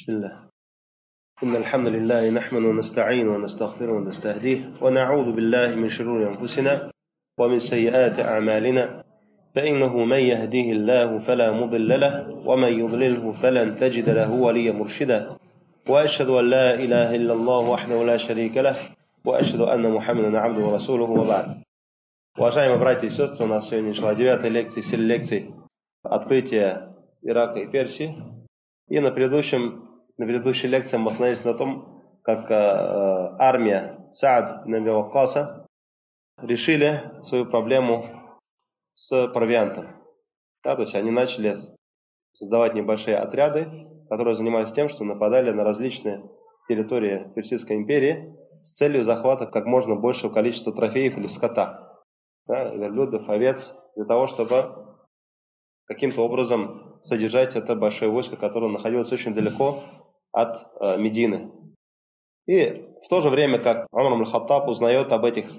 بسم الله. إن الحمد لله نحمده ونستعينه ونستغفره ونستهديه ونعوذ بالله من شرور أنفسنا ومن سيئات أعمالنا، فإنه من يهديه الله فلا مضل له ومن يضلله فلن تجد له وليا مرشدا، وأشهد أن لا إله إلا الله وحده لا شريك له وأشهد أن محمدا عبده ورسوله وبعد. Уважаемые братья и сестры, у нас сегодня шла 9-я лекция, серия лекций «Открытие Ирака и Персии». И на предыдущей лекции мы остановились на том, как армия Саад ибн Аби Ваккаса решили свою проблему с провиантом. Да, то есть они начали создавать небольшие отряды, которые занимались тем, что нападали на различные территории Персидской империи с целью захвата как можно большего количества трофеев или скота, да, верблюдов, овец, для того, чтобы каким-то образом содержать это большое войско, которое находилось очень далеко от Медины. И в то же время, как Умар ибн Хаттаб узнает об этих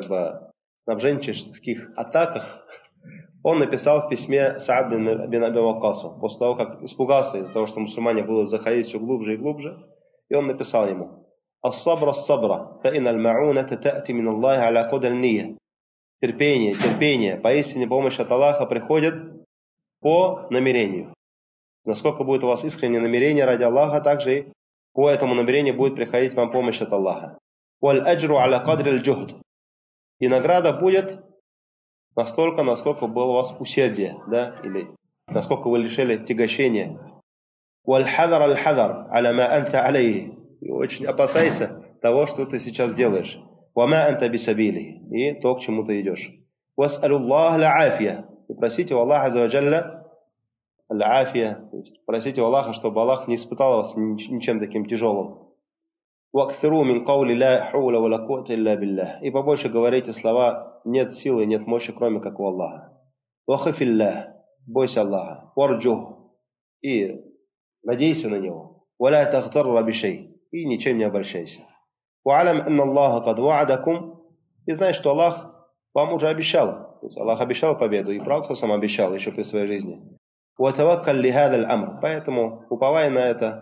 снабженческих атаках, он написал в письме Саад бин Аби Ваккасу, после того, как испугался из-за того, что мусульмане будут заходить все глубже и глубже, и он написал ему: «Ас-сабра, ас-сабра, фа инна аль-ма'уната та'ти мин Аллахи аля кадр ан-нiyya». Терпение, терпение, поистине помощь от Аллаха приходит по намерению. Насколько будет у вас искреннее намерение ради Аллаха, также и по этому намерению будет приходить вам помощь от Аллаха. «Валь-аджру аля кадри аль-джухд». И награда будет настолько, насколько было у вас усердие, да, или насколько вы лишили тягощения. «Валь-хадар аль-хадар аля ма анта алейхи». И очень опасайся того, что ты сейчас делаешь. «Вама анта бисабили». И то, к чему ты идешь. «Вас'алюллах ля-афия». И просите у Аллаха азза ва джалля аль-афия, то есть просите у Аллаха, чтобы Аллах не испытал вас ничем таким тяжелым. «Вакфиру мин каули ла хауля ва ла куввата илля биллах». И побольше говорите слова «нет силы, нет мощи, кроме как у Аллаха». «Вахафиллах». Бойся Аллаха. «Варджух». И надейся на Него. «Ва ла тахтарра бишей». И ничем не обольщайся. «Ва'алам анна Аллаха кад ва'адакум». И знай, что Аллах вам уже обещал. То есть Аллах обещал победу, и Пророк сам обещал еще при своей жизни. «Ватаваккаль ли хадаль амр». Поэтому уповай на это.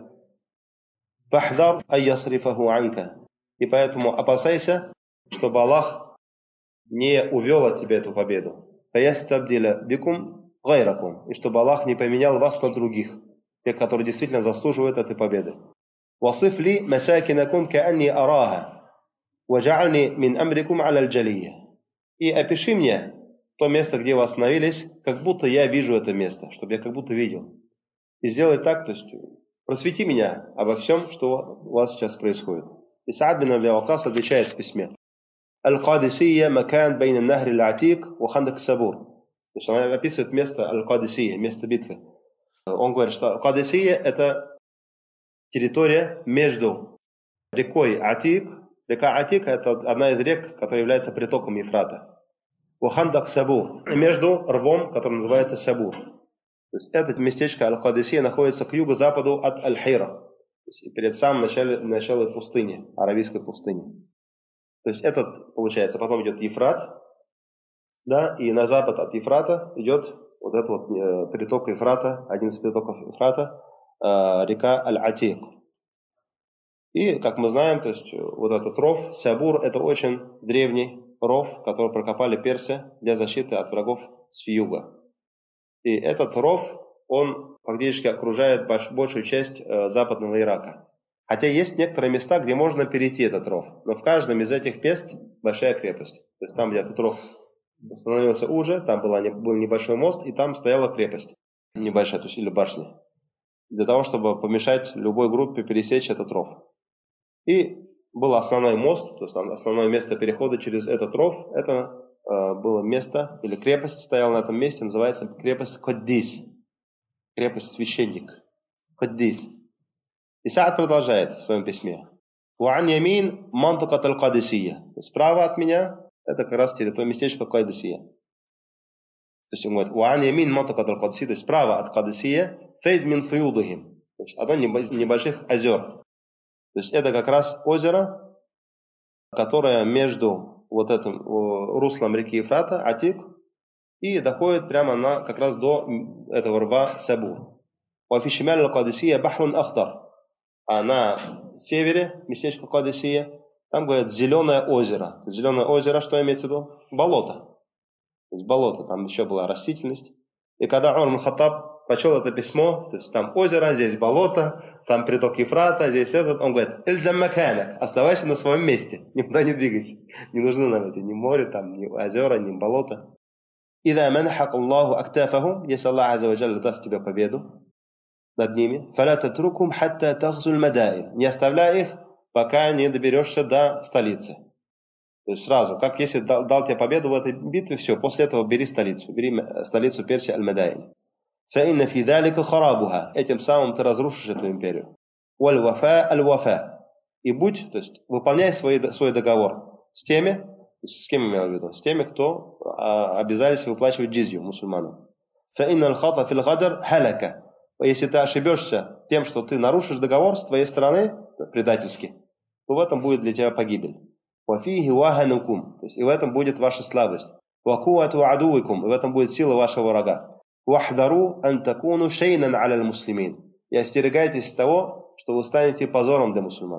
«Фахдар ай ясрифаху анка». И поэтому опасайся, чтобы Аллах не увел от тебя эту победу. «Фаястабдиля бикум гайракум». И чтобы Аллах не поменял вас на других, тех, которые действительно заслуживают этой победы. «Васиф ли масакинакум каанни араха, ваджа'альни мин амрикум аля аль-джалия». И опиши мне то место, где вы остановились, как будто я вижу это место, чтобы я как будто видел. И сделай так, то есть просвети меня обо всем, что у вас сейчас происходит. И Саад бин Аби Ваккас отвечает в письме: «Аль-Кадисия макан бейн ан-Нахр аль-Атик ва Хандак Сабур». То есть он описывает место Аль-Кадисия, место битвы. Он говорит, что Кадисия – это территория между рекой Атик. Река Атик – это одна из рек, которая является притоком Ефрата. Вахандак Сабур, между рвом, который называется Сабур. То есть это местечко Аль-Кадисия находится к юго-западу от Аль-Хира, то есть перед самым началом пустыни, аравийской пустыни. То есть этот, получается, потом идет Ефрат, да, и на запад от Ефрата идет вот этот вот приток Ефрата, один из притоков Ефрата, река Аль-Атик. И, как мы знаем, то есть вот этот ров, Сабур, это очень древний ров, который прокопали персы для защиты от врагов с юга. И этот ров, он фактически окружает большую часть западного Ирака. Хотя есть некоторые места, где можно перейти этот ров. Но в каждом из этих мест большая крепость. То есть там, где этот ров становился уже, там был небольшой мост, и там стояла крепость небольшая, то есть или башня, для того, чтобы помешать любой группе пересечь этот ров. И был основной мост, то есть основное место перехода через этот ров, это было место, или крепость стояла на этом месте, называется крепость Каддис, крепость священник, Каддис. И Саад продолжает в своем письме: «Ва'ан ямин мантукат аль-Кадисия». Справа от меня это как раз территория местечко Кадисия. То есть он говорит: «Ва'ан ямин мантукат аль-Кадисия», то есть справа от Кадисия, фейд мин фаюдахим, то есть одно из небольших озер. То есть это как раз озеро, которое между вот этим руслом реки Ефрата, Атик, и доходит прямо как раз до этого рва Сабур. «Вафи шималь аль-Кадисия бахрун ахдар». А на севере, местечко Кадисия, там, говорят, зеленое озеро. Зеленое озеро, что имеется в виду? Болото. То есть болото, там еще была растительность. И когда Умар ибн Хаттаб прочел это письмо, то есть там озеро, здесь болото, там приток Ефрата, здесь этот, он говорит: «Эльзам маканак», оставайся на своем месте, никуда не двигайся. Не нужны нам эти ни море, там, ни озера, ни болото. «Ида манхак Аллаху актафахум», если Аллах Азза ва Джалля даст тебе победу над ними, «фаля татрукум хатта тахзуль мадаин», не оставляй их, пока не доберешься до столицы. То есть сразу, как если дал тебе победу в этой битве, все, после этого бери столицу Персии Аль-Мадаин. فَإِنَّ فِي ذَلِكَ خَرَابُهَا, этим самым ты разрушишь эту империю. وَالْوَفَاء الْوَفَاء, и будь, то есть выполняй свой договор с теми, то есть с кем имел в виду? С теми, кто обязались выплачивать джизью мусульманам. فَإِنَّ الْخَطَ فِي الْغَدَرْ هَلَكَ, если ты ошибешься тем, что ты нарушишь договор с твоей стороны, предательски, то в этом будет для тебя погибель. وَفِيهِ وَهَنُكُمْ, то есть и в этом будет ваша слабость. وَقُوَّةُ عَدُوِّكُمْ, и в этом будет сила вашего врага. وَحْذَرُوا أَن تَكُونُوا شَيْنًا عَلَى الْمُسْلِمِينَ, и остерегайтесь того, что вы станете позором для мусульман.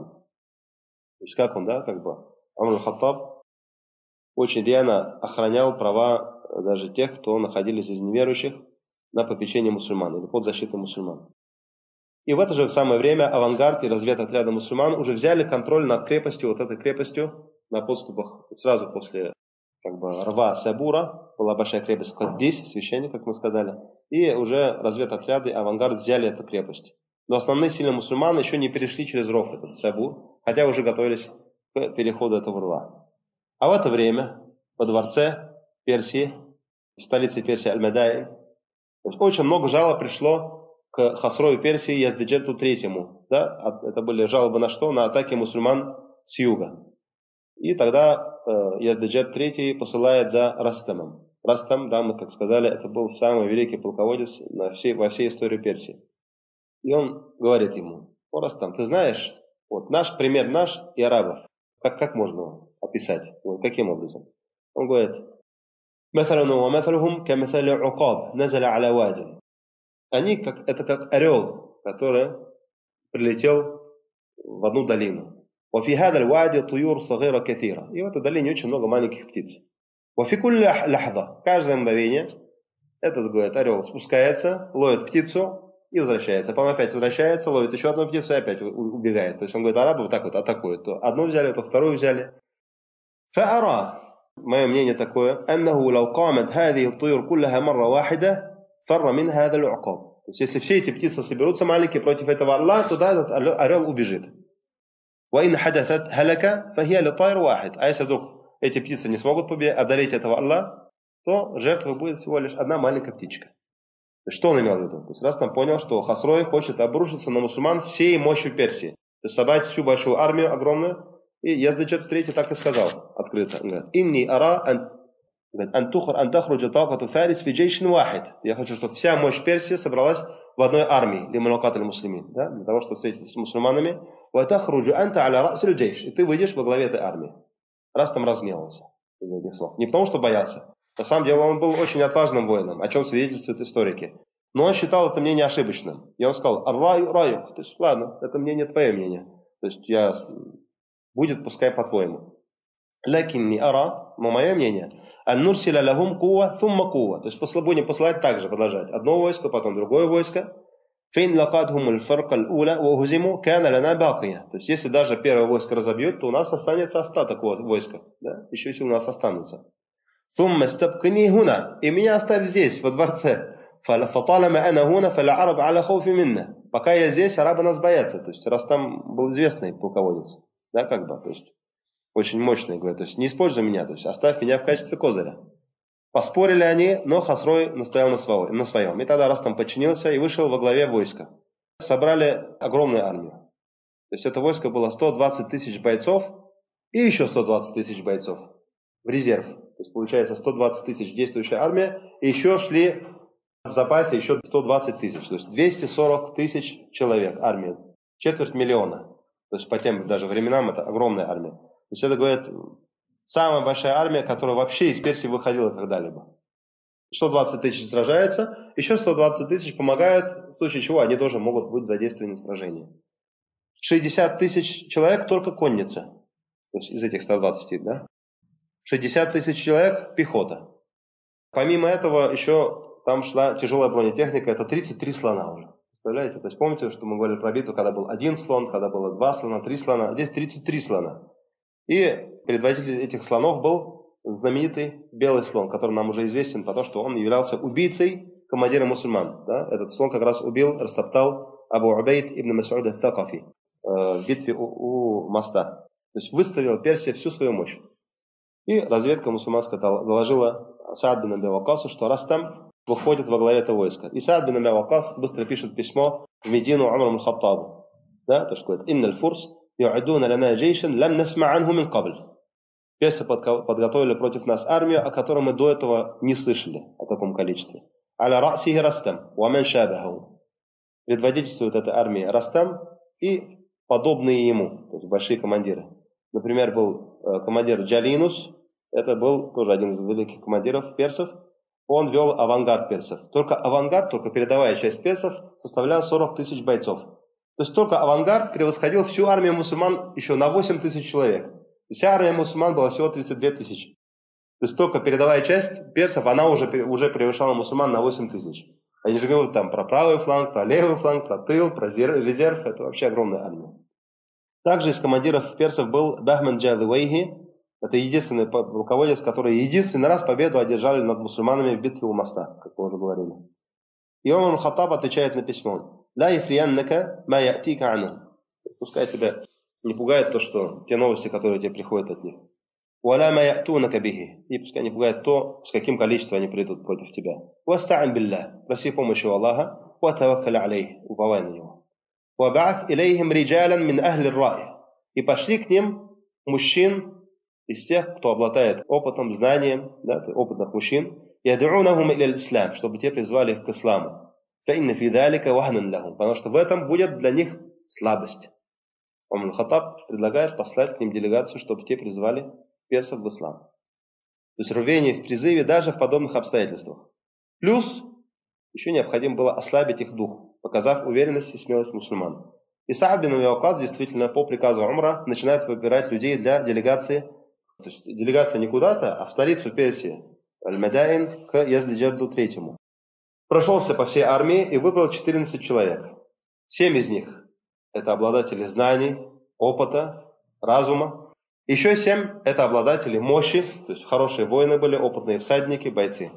То есть как он, да, как бы Умар ибн Хаттаб очень рьяно охранял права даже тех, кто находились из неверующих на попечении мусульман или под защитой мусульман. И в это же самое время авангард и разведотряды мусульман уже взяли контроль над крепостью, вот этой крепостью на подступах сразу после как бы рва Сабура, была большая крепость Каддис, священник, как мы сказали, и уже разведотряды, авангард взяли эту крепость. Но основные силы мусульман еще не перешли через ров, этот Сабур, хотя уже готовились к переходу этого рва. А в это время во дворце Персии, в столице Персии Аль-Мадаин, очень много жалоб пришло к Хасрою Персии Яздаджерту III. Да? Это были жалобы на что? На атаки мусульман с юга. И тогда Яздаджерт III посылает за Растамом. Растам, да, мы как сказали, это был самый великий полководец во всей истории Персии. И он говорит ему: «О, Растам, ты знаешь, вот наш пример наш и арабов, как можно его описать? Вот, каким образом?» Он говорит: «مثلنا ومثلهم كمثل عقاب نزل على واد». Они это как орел, который прилетел в одну долину. وفي هذا الوادي طيور صغيرة كثيرة. И в этой долине очень много маленьких птиц. وفي كل لحظة, каждое мгновение, этот, говорит, орел спускается, ловит птицу и возвращается. Потом опять возвращается, ловит еще одну птицу и опять убегает. То есть он говорит, арабы вот так вот атакуют. То одну взяли, то вторую взяли. فأرى, мое мнение такое, أنه لو قامت هذه الطيور كلها مرة واحدة فر من هذا العقاب. То есть если все эти птицы соберутся маленькие против этого орла, то да, этот орел убежит. وإن حدثت هلكة فهي لطائر واحد. А если вдруг эти птицы не смогут одолеть этого орла, то жертвой будет всего лишь одна маленькая птичка. То есть, что он имел в виду? То есть раз там понял, что Хасрой хочет обрушиться на мусульман всей мощью Персии. То есть собрать всю большую армию огромную. И Яздаджерт III так и сказал открыто. Он говорит: «Инни ара ан тахруджа тaqatu фарис фи джейшин вахид». Я хочу, чтобы вся мощь Персии собралась в одной армии, лималакат аль-муслимин, да, для того, чтобы встретиться с мусульманами. «Ва тахруджу анта аля рас аль-джейш», и ты выйдешь во главе этой армии. Раз там разгневался из этих слов. Не потому, что боялся. На самом деле он был очень отважным воином, о чем свидетельствуют историки. Но он считал это мнение ошибочным. И он сказал: «Ар-раю раюк», то есть ладно, это мнение твое мнение. То есть будет, пускай по-твоему. «Лакинни ара», но мое мнение, «ан-нурсиля лахум кува thumma кува», то есть будем посылать также, продолжать. Одно войско, потом другое войско. «Фейн лакадхум аль-фарка аль-уля ва ухзиму кана лана бакия». То есть если даже первое войско разобьют, то у нас останется остаток войска. Да? Еще сил у нас останутся. «Thumma стабкини хуна», и меня оставь здесь, во дворце. «Фаталама ана хуна фаля араб аля хауфи минна». Пока я здесь, арабы нас боятся. То есть раз там был известный полководец. Да, как бы, то есть очень мощный, говорит, то есть не используй меня, то есть оставь меня в качестве козыря. Поспорили они, но Хасрой настоял на своем. И тогда Растам подчинился и вышел во главе войска. Собрали огромную армию. То есть это войско было 120 тысяч бойцов и еще 120 тысяч бойцов в резерв. То есть получается 120 тысяч действующая армия, и еще шли в запасе еще 120 тысяч. То есть 240 тысяч человек армия. 250 000. То есть по тем даже временам это огромная армия. То есть это, говорят, самая большая армия, которая вообще из Персии выходила когда-либо. 120 тысяч сражаются, еще 120 тысяч помогают, в случае чего они тоже могут быть задействованы в сражении. 60 тысяч человек только конница. То есть из этих 120, да? 60 тысяч человек пехота. Помимо этого еще там шла тяжелая бронетехника, это 33 слона уже. Представляете? То есть помните, что мы говорили про битву, когда был 1 слон, когда было 2 слона, 3 слона, а здесь 33 слона. И предводитель этих слонов был знаменитый белый слон, который нам уже известен, потому что он являлся убийцей командира мусульман. Да? Этот слон как раз убил, растоптал Абу Убейд ибн Мас'уд ат-Такафи в битве у моста. То есть выставила Персия всю свою мощь. И разведка мусульманская доложила Саад бин Аби Ваккасу, что Растам выходит во главе этого войска. И Саад бин Аби Ваккас быстро пишет письмо в Медину Умару аль-Хаттабу. Да, то, что говорит: «Инна аль-фурс ю'адуна лана джейшан лам насма анху мин кабл». Персы подготовили против нас армию, о которой мы до этого не слышали, о таком количестве. «Аля ра'сихи Растам, ва ман шабаху». Предводительствует этой армии Растам и подобные ему, то есть большие командиры. Например, был командир Джалинус, это был тоже один из великих командиров персов. Он вел авангард персов. Только авангард, только передовая часть персов составляла 40 тысяч бойцов. То есть только авангард превосходил всю армию мусульман еще на 8 тысяч человек. Вся армия мусульман была всего 32 тысячи. То есть только передовая часть персов, она уже превышала мусульман на 8 тысяч. Они же говорят там про правый фланг, про левый фланг, про тыл, про резерв. Это вообще огромная армия. Также из командиров персов был Бахман Джалуэйхи. Это единственный полководец, который единственный раз победу одержали над мусульманами в битве у моста, как мы уже говорили. И Умар аль-Хаттаб отвечает на письмо: «Ла яфрияннака ма я'тика анхум». Пускай тебя не пугает то, что те новости, которые тебе приходят от них. «Вала ма я'тунака бихи». И пускай не пугает то, с каким количеством они придут против тебя. «Васта'ин биллах». Проси помощи у Аллаха. «Ва таваккаль алейх». Уповай на него. «Ва ба'аth илейхим риджалян мин ахли р-рай». И пошли к ним мужчин из тех, кто обладает опытом, знанием, да, опытных мужчин, яд'унахум иля ислам, чтобы те призвали их к исламу. Фаинна фи залика вахнан лахум, потому что в этом будет для них слабость. Умар аль-Хаттаб предлагает послать к ним делегацию, чтобы те призвали персов в ислам. То есть рвение в призыве даже в подобных обстоятельствах. Плюс еще необходимо было ослабить их дух, показав уверенность и смелость мусульман. И Саад бин Аби Ваккас действительно по приказу Умара начинает выбирать людей для делегации. То есть делегация не куда-то, а в столицу Персии, Аль-Мадаин, к Язд-Джарду III. Прошелся по всей армии и выбрал 14 человек. 7 из них – это обладатели знаний, опыта, разума. Еще 7 – это обладатели мощи, то есть хорошие воины были, опытные всадники, бойцы.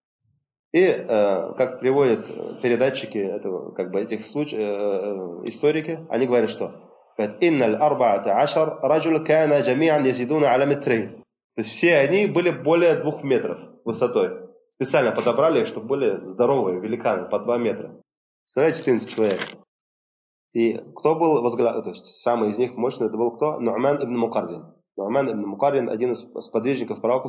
И, как приводят передатчики этого, как бы этих историки, они говорят, что «Инналь арба'ата ашар раджуль кана джами'ан язидуна аля метрейн». То есть все они были более 2 метров высотой. Специально подобрали их, чтобы были здоровые великаны по 2 метра. Представляете, 14 человек. И кто был то есть самый из них мощный, это был кто? Ну'ман ибн Мукаррин. Ну'ман ибн Мукаррин, один из сподвижников пророка,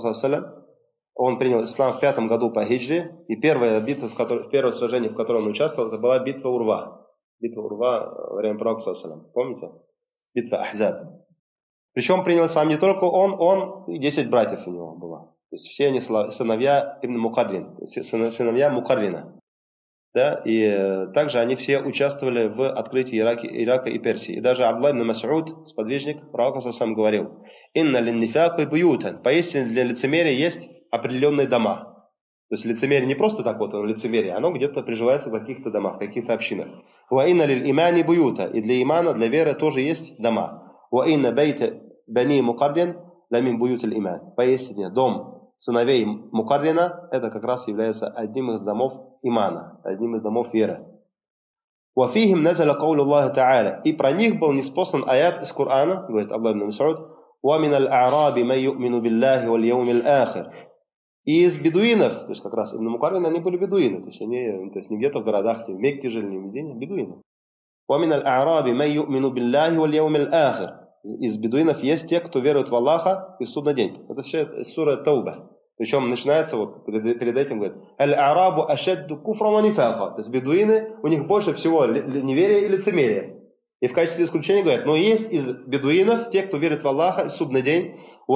он принял ислам в 5 году по хиджре. И первое сражение, в котором он участвовал, это была битва Урва. Битва Урва во время пророка, помните? Битва Ахзаб. Причем принял ислам не только он и 10 братьев у него было. То есть все они сыновья Ибн Мукаррин, сыновья Мукаррина. Да? И также они все участвовали в открытии Ирака и Персии. И даже Абдуллах ибн Мас'уд, сподвижник пророка, сам говорил: «Инна линнифака буютан». Поистине для лицемерия есть определенные дома. То есть лицемерие не просто так вот, лицемерие, оно где-то приживается в каких-то домах, в каких-то общинах. «Ва инна лиль имани буюта». И для имана, для веры тоже есть дома. «Ва инна бейта бани Мукаррин ламин буют аль-иман». Поистине дом сыновей Мукаррина, это как раз является одним из домов имана, одним из домов веры. «Ва фихим назаля каулю Аллахи та'аля». И про них был ниспослан аят из Корана, говорит Абдуллах ибн Мас'уд: «Ва мин аль-а'раби ман ю'мину биллахи валь яумил ахир». И из бедуинов, то есть как раз Ибн Мукаррин, они были бедуины, то есть не где-то в городах, не в Мекке жили, не в Медине, бедуины. «Вамин аль-а'раби ман ю'мину биллахи валь яумил ахир». Из бедуинов есть те, кто верует в Аллаха и в судный день. Это все сура Тауба. Причем начинается вот перед этим говорит: «Аль-а'рабу ашадду куфра ва нифака». То есть бедуины, у них больше всего неверия и лицемерия. И в качестве исключения говорят: но есть из бедуинов те, кто верит в Аллаха и в судный день. И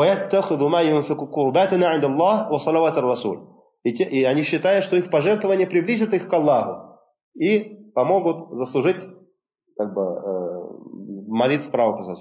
они считают, что их пожертвования приблизят их к Аллаху и помогут заслужить как бы молитв пророка.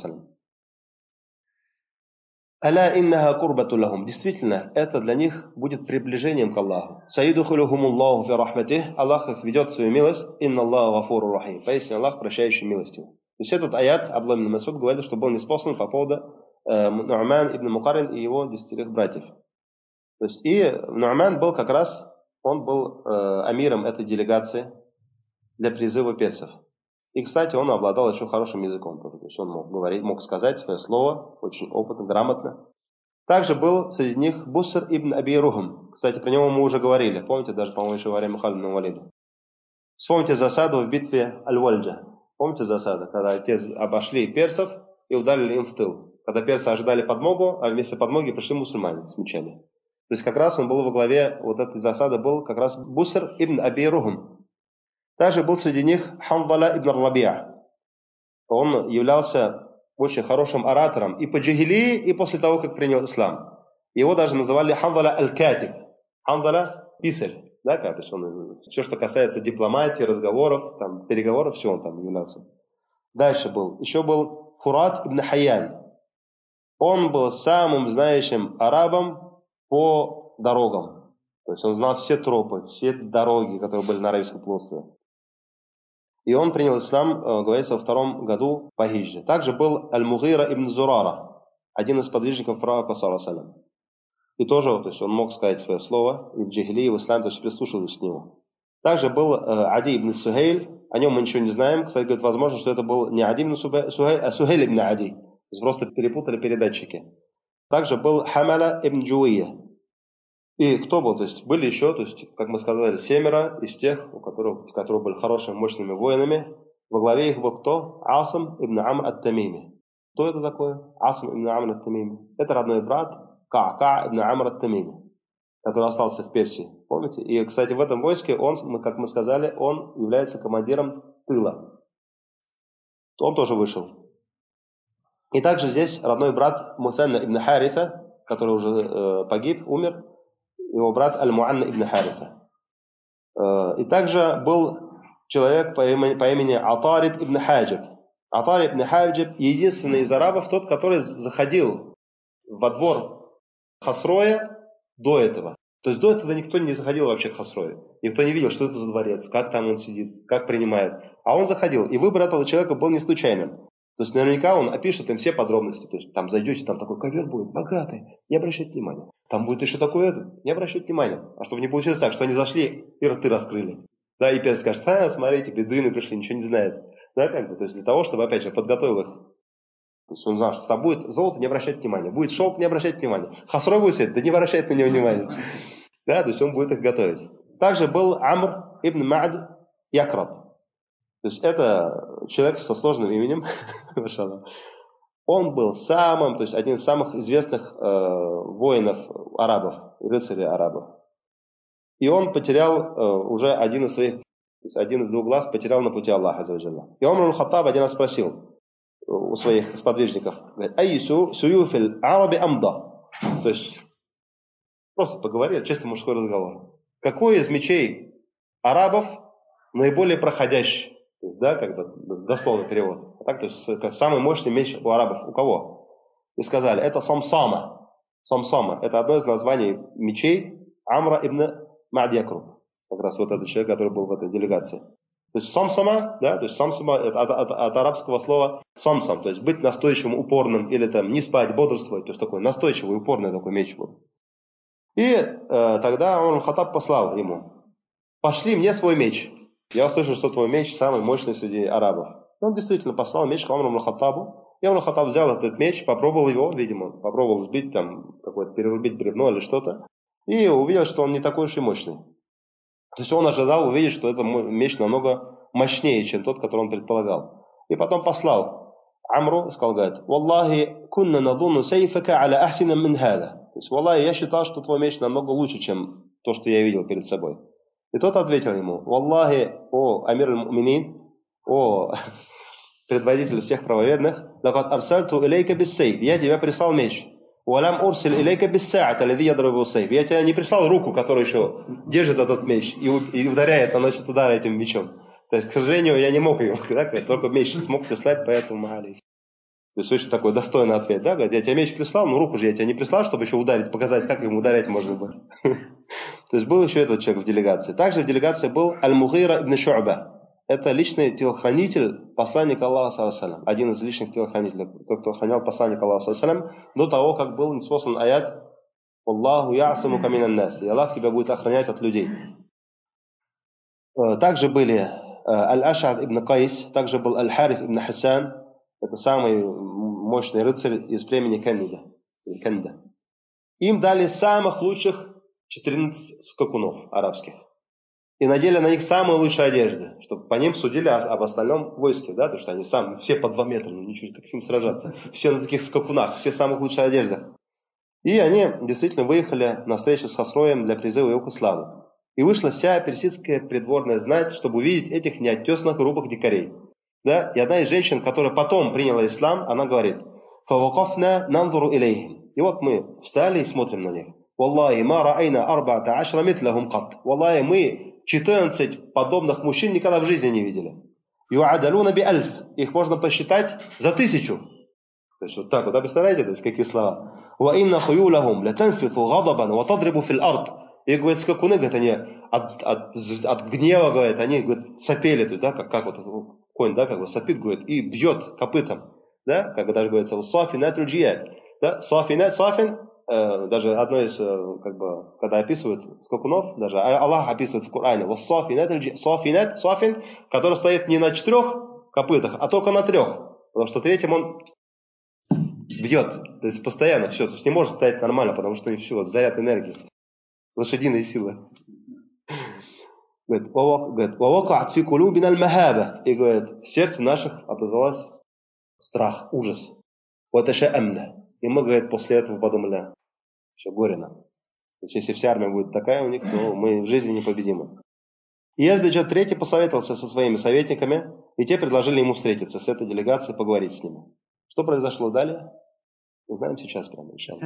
«Аля иннаха курбату лахум». Действительно, это для них будет приближением к Аллаху. «Саидухулюхум Аллаху фи рахматих». Аллах их ведет в свою милость. «Инна Аллаху гафуру рахим». Поистине Аллах прощающий милостивый. То есть этот аят Абдуллах ибн Мас'уд говорит, что был ниспослан по поводу Ну'ман ибн Мукаррин и его 10 братьев. То есть и Ну'ман был как раз, он был амиром этой делегации для призыва персов. И, кстати, он обладал еще хорошим языком. То есть он мог говорить, мог сказать свое слово очень опытно, грамотно. Также был среди них Буср ибн Аби Рухм. Кстати, про него мы уже говорили. Помните, даже, по-моему, еще во время Халид ибн Валида. Вспомните засаду в битве Аль-Вальджа. Помните засаду, когда те обошли персов и ударили им в тыл. Когда персы ожидали подмогу, а вместо подмоги пришли мусульмане с мечами. То есть как раз он был во главе вот этой засады, был как раз Буср ибн Аби Рухм. Также был среди них Хандала ибн Раби'а. Он являлся очень хорошим оратором и по джахилии, и после того, как принял ислам. Его даже называли Хандала аль-Катиб. Хандала – писарь. Да, то есть он, все, что касается дипломатии, разговоров, там, переговоров, все он там являлся. Дальше был. Еще был Фурат ибн Хайян. Он был самым знающим арабом по дорогам. То есть он знал все тропы, все дороги, которые были на Аравийском полуострове. И он принял ислам, говорится, во 2-м году по хиджре. Также был Аль-Мугира ибн Зурара, один из подвижников пророка, саллаллаху. И тоже, то есть он мог сказать свое слово и в джахилии, и в исламе, то есть прислушивались к нему. Также был Ади ибн Сухейль, о нем мы ничего не знаем. Кстати, говорит, возможно, что это был не Ади ибн Сухейль, а Сухейль ибн Ади. То есть просто перепутали передатчики. Также был Хамала ибн Джуия. И кто был? То есть были еще, то есть, как мы сказали, 7 из тех, которые были хорошими, мощными воинами. Во главе их был кто? Асам ибн Амр ат-Тамими. Кто это такое? Асам ибн Амр ат-Тамими. Это родной брат Ка ибн Амр ат-Тамими, который остался в Персии. Помните? И, кстати, в этом войске он, как мы сказали, он является командиром тыла. Он тоже вышел. И также здесь родной брат Мусанна ибн Харита, который уже погиб, умер. Его брат Аль-Муанна ибн Харита. И также был человек по имени Атарид ибн Хаджиб. Атарид ибн Хаджиб единственный из арабов, тот, который заходил во двор Хасроя до этого. То есть до этого никто не заходил вообще к Хасрою. Никто не видел, что это за дворец, как там он сидит, как принимает. А он заходил. И выбор этого человека был не случайным. То есть наверняка он опишет им все подробности. То есть там зайдете, там такой ковер будет богатый, не обращайте внимания. Там будет еще такой этот, не обращайте внимания. А чтобы не получилось так, что они зашли и рты раскрыли. Да, и перс скажет, смотрите, бедуины пришли, ничего не знают. Да, как бы, то есть для того, чтобы, опять же, подготовил их. То есть он знал, что там будет золото, не обращайте внимания. Будет шелк, не обращайте внимания. Хасрой будет сидеть, да не обращайте на него внимания. Да, то есть он будет их готовить. Также был Амр ибн Мa'д Якраб. То есть это человек со сложным именем. Он был самым, то есть один из самых известных воинов арабов, рыцарей арабов. И он потерял уже один из своих, то есть один из 2 глаз потерял на пути Аллаха. И Умар аль-Хаттаб один раз спросил у своих сподвижников, «Айсу суюфиль араби амда». То есть просто поговорили, чисто мужской разговор. Какой из мечей арабов наиболее проходящий? То есть, да, как бы дословный перевод. А так, то есть самый мощный меч у арабов у кого? И сказали, это Самсама. Самсама. Это одно из названий мечей Амра ибн Мa'д Якраб. Как раз вот этот человек, который был в этой делегации. То есть Самсама, да, то есть Самсама это от арабского слова самсам, то есть быть настойчивым, упорным, или там не спать, бодрствовать, то есть такой настойчивый, упорный такой меч был. И тогда он Хаттаб послал ему, пошли мне свой меч. Я услышал, что твой меч самый мощный среди арабов. И он действительно послал меч к Умару Хаттабу. И Умар Хаттаб взял этот меч, попробовал его, видимо, попробовал сбить там, какое-то перерубить бревно или что-то. И увидел, что он не такой уж и мощный. То есть он ожидал увидеть, что этот меч намного мощнее, чем тот, который он предполагал. И потом послал Амру, сказал, говорит, «Валлахи кунна надунну сейфака аля ахсина мин хада». То есть, «Валлахи, я считал, что твой меч намного лучше, чем то, что я видел перед собой». И тот ответил ему, «Валлахи, о амир аль-муминин, о предводитель всех правоверных, лакад арсальту илейка биссейф, я тебя прислал меч. Уалам урсил илейка бисса'ат, аллади ядрабу сейф, я тебя не прислал руку, которая еще держит этот меч и ударяет, наносит удары этим мечом. То есть, к сожалению, я не мог ее, да, только меч смог прислать, поэтому мали. То есть, очень такой достойный ответ, да, говорит, я тебе меч прислал, но руку же я тебе не прислал, чтобы еще ударить, показать, как ему ударять можно было. То есть, был еще этот человек в делегации. Также в делегации был Аль-Мугира ибн Шу'ба. Это личный телохранитель посланника Аллаха, саллаллаху, один из личных телохранителей, тот, кто охранял посланника Аллаха, саллаллаху, до того, как был ниспослан аят «Аллаху я'асимука минан нас», и Аллах тебя будет охранять от людей. Также были Аль-Аш'ад ибн Кайс, также был Аль-Хариф ибн Хасан, это самый мощный рыцарь из племени Кенда. Им дали самых лучших 14 скакунов арабских. И надели на них самые лучшие одежды, чтобы по ним судили об остальном войске, да, потому что они сами, все по 2 метра, ну ничего, так с ним сражаться. Все на таких скакунах, все в самых лучших одеждах. И они действительно выехали на встречу с Хасроем для призыва его к исламу. И вышла вся персидская придворная знать, чтобы увидеть этих неотесанных грубых дикарей. Да? И одна из женщин, которая потом приняла ислам, она говорит: «Фавакафна нанзуру илейхим». И вот мы встали и смотрим на них. «Валлахи ма раайна арбаата ашра митлахум кат». Валлахи, мы 14 подобных мужчин никогда в жизни не видели. «Юадалуна би альф». Их можно посчитать за 1000. То есть вот так вот, да, представляете, то есть какие слова. «Ва инна хуюлахум латанфиту гадабан ва тадрибу фил ард». И, говорит, скакуны, говорят, они от гнева, говорят, они, говорят, сопели, то есть, да, как вот конь, да, как бы сопит, говорит, и бьет копытом, да, как даже говорится, «Сафинат руджият». Да, «Сафин», даже одно из, как бы, когда описывают скакунов, даже Аллах описывает в Коране, «Сафин», который стоит не на 4 копытах, а только на 3, потому что 3-м он бьет, то есть постоянно все, то есть не может стоять нормально, потому что все, вот, заряд энергии, лошадиные силы. Говорит, и говорит, в сердце наших образовался страх, ужас. И мы, говорит, после этого подумали, все, горе нам. То есть, если вся армия будет такая у них, то мы в жизни непобедимы. И Ездаджад III посоветовался со своими советниками, и те предложили ему встретиться с этой делегацией, поговорить с ними. Что произошло далее? Мы знаем сейчас прямо, иншаллах.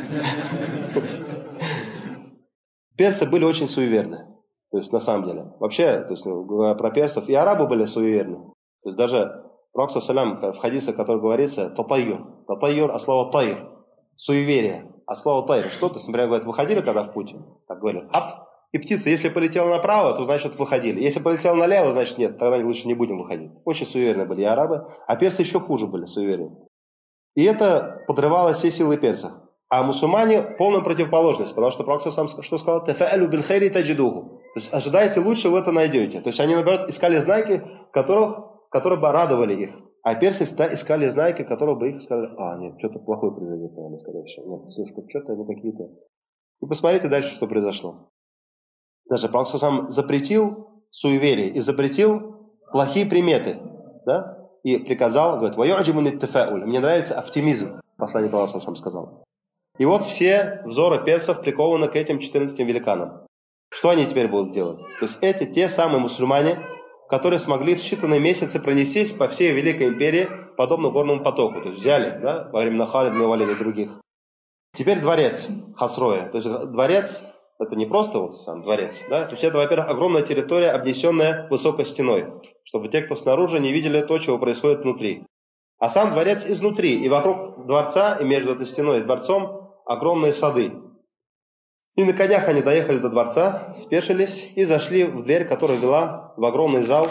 Персы были очень суеверны. То есть, на самом деле. Вообще, то есть, говоря про персов, и арабы были суеверны. То есть, даже Пророк салям в хадисе, который говорится, татайюр, а слово тайр, суеверие. А слово тайр, что? То есть, например, говорят, выходили когда в путь, так говорят, ап, и птица, если полетела направо, то значит выходили. Если полетела налево, значит нет, тогда лучше не будем выходить. Очень суеверны были и арабы, а персы еще хуже были суеверны. И это подрывало все силы персов. А мусульмане полная противоположность, потому что Пророк сам что сказал? «Тафа'алю биль хайри таджидуху». То есть ожидайте лучше, вы это найдете. То есть они, наоборот, искали знаки, которые бы радовали их. А персы всегда искали знаки, которые бы их сказали: нет, что-то плохое произойдет, наверное, скорее всего. Нет, слушай, что-то они какие-то. И посмотрите дальше, что произошло. Даже Пророк сам запретил суеверие и запретил плохие приметы. Да? И приказал, говорит, мне нравится оптимизм, посланник Аллаха сам сказал. И вот все взоры персов прикованы к этим 14 великанам. Что они теперь будут делать? То есть эти те самые мусульмане, которые смогли в считанные месяцы пронестись по всей Великой империи, подобно горному потоку. То есть взяли, да, во времена Халида, Мевалида и других. Теперь дворец Хасроя. То есть дворец, это не просто вот сам дворец, да? То есть это, во-первых, огромная территория, обнесенная высокой стеной, чтобы те, кто снаружи, не видели то, чего происходит внутри. А сам дворец изнутри. И вокруг дворца, и между этой стеной и дворцом огромные сады. И на конях они доехали до дворца, спешились и зашли в дверь, которая вела в огромный зал,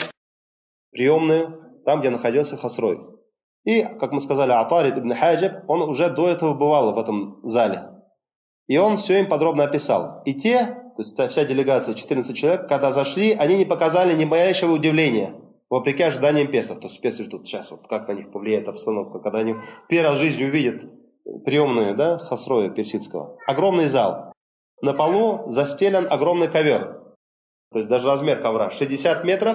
приемную, там, где находился Хасрой. И, как мы сказали, Атарид ибн Хаджиб, он уже до этого бывал в этом зале. И он все им подробно описал. И те, то есть вся делегация, 14 человек, когда зашли, они не показали ни малейшего удивления, вопреки ожиданиям персов. То есть персы ждут сейчас, вот как на них повлияет обстановка, когда они первый раз в жизни увидят приемную, да, Хасроя персидского. Огромный зал. На полу застелен огромный ковер. То есть даже размер ковра 60 метров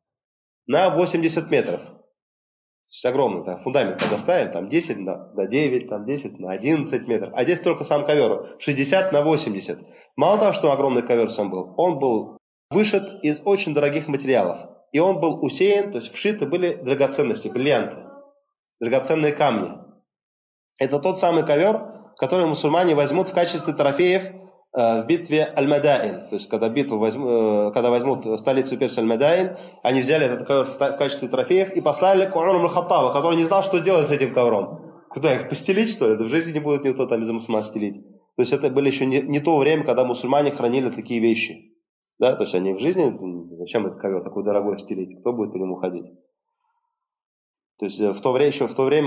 на 80 метров. То есть огромный, там, фундамент когда ставим, там 10 на 9, там 10 на 11 метров. А здесь только сам ковер, 60 на 80. Мало того, что огромный ковер сам был, он был вышит из очень дорогих материалов. И он был усеян, то есть вшиты были драгоценности, бриллианты, драгоценные камни. Это тот самый ковер, который мусульмане возьмут в качестве трофеев в битве Аль-Мадаин. То есть, когда возьмут столицу Персии Аль-Мадаин, они взяли этот ковер в качестве трофеев и послали к Умару аль-Хаттабу, который не знал, что делать с этим ковром. Куда их постелить, что ли? Да в жизни не будет никто там из-за мусульман стелить. То есть, это было еще не то время, когда мусульмане хранили такие вещи. Да? То есть, они в жизни, зачем этот ковер такой дорогой стелить? Кто будет по нему ходить? То есть, в то время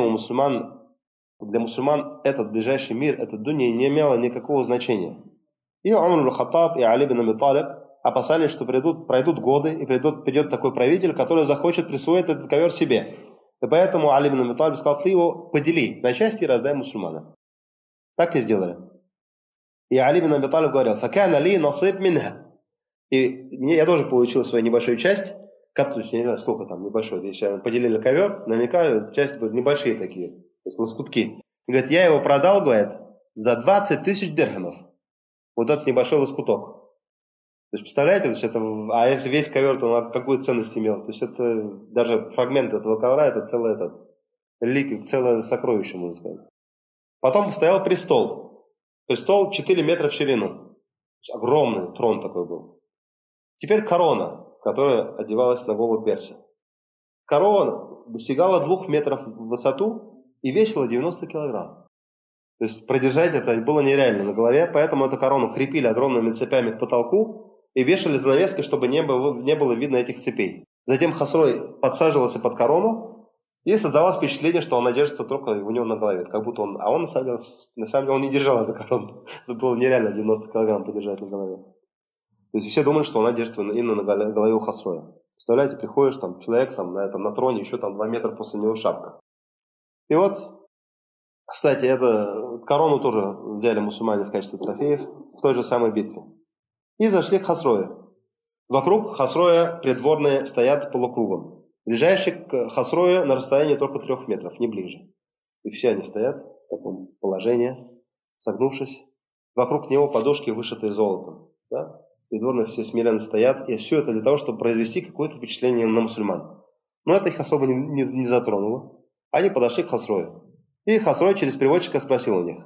для мусульман этот ближайший мир, этот дунья не имело никакого значения. И Умар аль-Хаттаб и Али бин Аби Талиб опасались, что пройдут годы, и придет такой правитель, который захочет присвоить этот ковер себе. И поэтому Али бин Аби Талиб сказал: ты его подели на части и раздай мусульманам. Так и сделали. И Али бин Аби Талиб говорил: «Факана ли насиб минха». И я тоже получил свою небольшую часть, то есть я не знаю, сколько там небольшой. Если поделили ковер, наверняка часть будет небольшие такие, то есть лоскутки. И говорит, я его продал, говорит, за 20 тысяч дирхамов. Вот этот небольшой лоскуток. То есть, представляете, а если весь ковер, то он какую ценность имел? То есть, это даже фрагмент этого ковра, это целое сокровище, можно сказать. Потом стоял престол. Престол 4 метра в ширину. Огромный трон такой был. Теперь корона, которая одевалась на голову перса. Корона достигала 2 метров в высоту и весила 90 килограмм. То есть продержать это было нереально на голове, поэтому эту корону крепили огромными цепями к потолку и вешали занавеской, чтобы не было видно этих цепей. Затем Хосрой подсаживался под корону, и создавалось впечатление, что она держится только у него на голове, как будто он на самом деле он не держал эту корону. Это было нереально 90 килограмм подержать на голове. То есть все думали, что она держится именно на голове у Хосроя. Представляете, приходишь, там человек на троне, еще 2 метра после него шапка. И вот, кстати, эту корону тоже взяли мусульмане в качестве трофеев в той же самой битве. И зашли к Хосрою. Вокруг Хосроя придворные стоят полукругом. Ближайший к Хосрою на расстоянии только 3 метров, не ближе. И все они стоят в таком положении, согнувшись. Вокруг него подушки, вышитые золотом. Да? Придворные все смиренно стоят. И все это для того, чтобы произвести какое-то впечатление на мусульман. Но это их особо не затронуло. Они подошли к Хосрою. И Хосрой через переводчика спросил у них: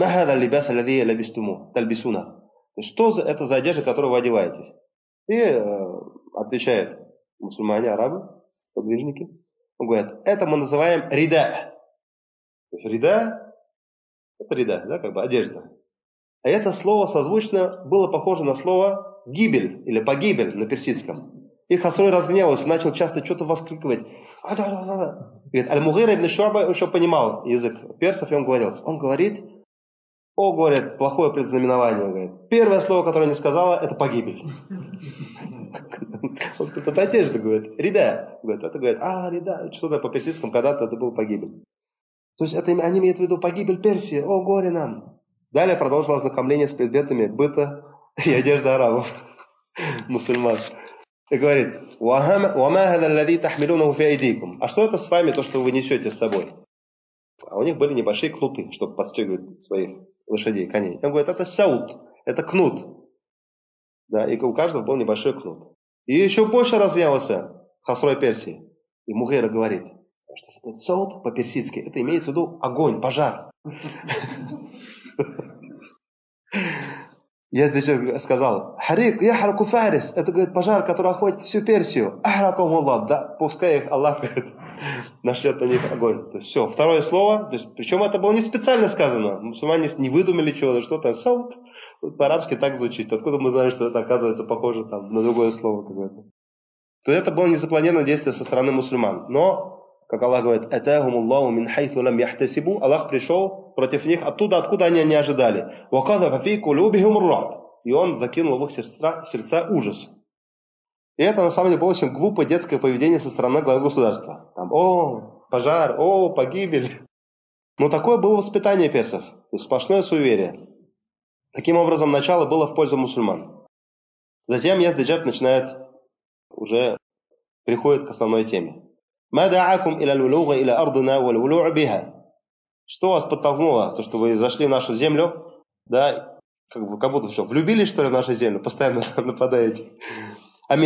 что это за одежда, которую вы одеваетесь? И отвечают мусульмане, арабы, сподвижники. Он говорит: это мы называем рида. То есть рида, это рида, да, как бы одежда. А это слово созвучно было похоже на слово гибель или погибель на персидском. И Хосрой разгневался, начал часто что-то воскрикивать. Говорит, Аль-Мугира ибн Шуаба еще понимал язык персов, и он говорит, говорит, плохое предзнаменование. Говорит. Первое слово, которое не сказала, это погибель. Он говорит, это одежда, говорит, рида. Это говорит, рида, что-то по персидскому, когда-то это был погибель. То есть они имеют в виду погибель Персии, горе нам. Далее продолжил ознакомление с предметами быта и одежды арабов, мусульман. И говорит, а что это с вами, то, что вы несете с собой? А у них были небольшие кнуты, чтобы подстегивать своих лошадей, коней. Он говорит, это саут, это кнут. Да, и у каждого был небольшой кнут. И еще больше разъялся Хосрой Персии. И Мугира говорит, что это саут по-персидски, это имеется в виду огонь, пожар. Я здесь сказал, харик, яхраку фарис, это, говорит, пожар, который охватит всю Персию. Ахракум Аллах, да, пускай их Аллах, говорит, нашлет на них огонь. То есть все, второе слово, то есть, причем это было не специально сказано, мусульмане не выдумали чего-то, что-то, саут, по-арабски так звучит, откуда мы знаем, что это оказывается похоже на другое слово какое-то. То есть это было незапланированное действие со стороны мусульман, но как Аллах говорит, Аллах пришел против них оттуда, откуда они не ожидали. И он закинул в их сердца ужас. И это на самом деле было очень глупое детское поведение со стороны главы государства. Там, пожар, погибель. Но такое было воспитание персов. То есть сплошное суеверие. Таким образом, начало было в пользу мусульман. Затем Язд-Диджаб приходит к основной теме. Что вас подтолкнуло, то, что вы зашли в нашу землю, да, как будто что, влюбились, что ли, в нашу землю, постоянно нападаете. Что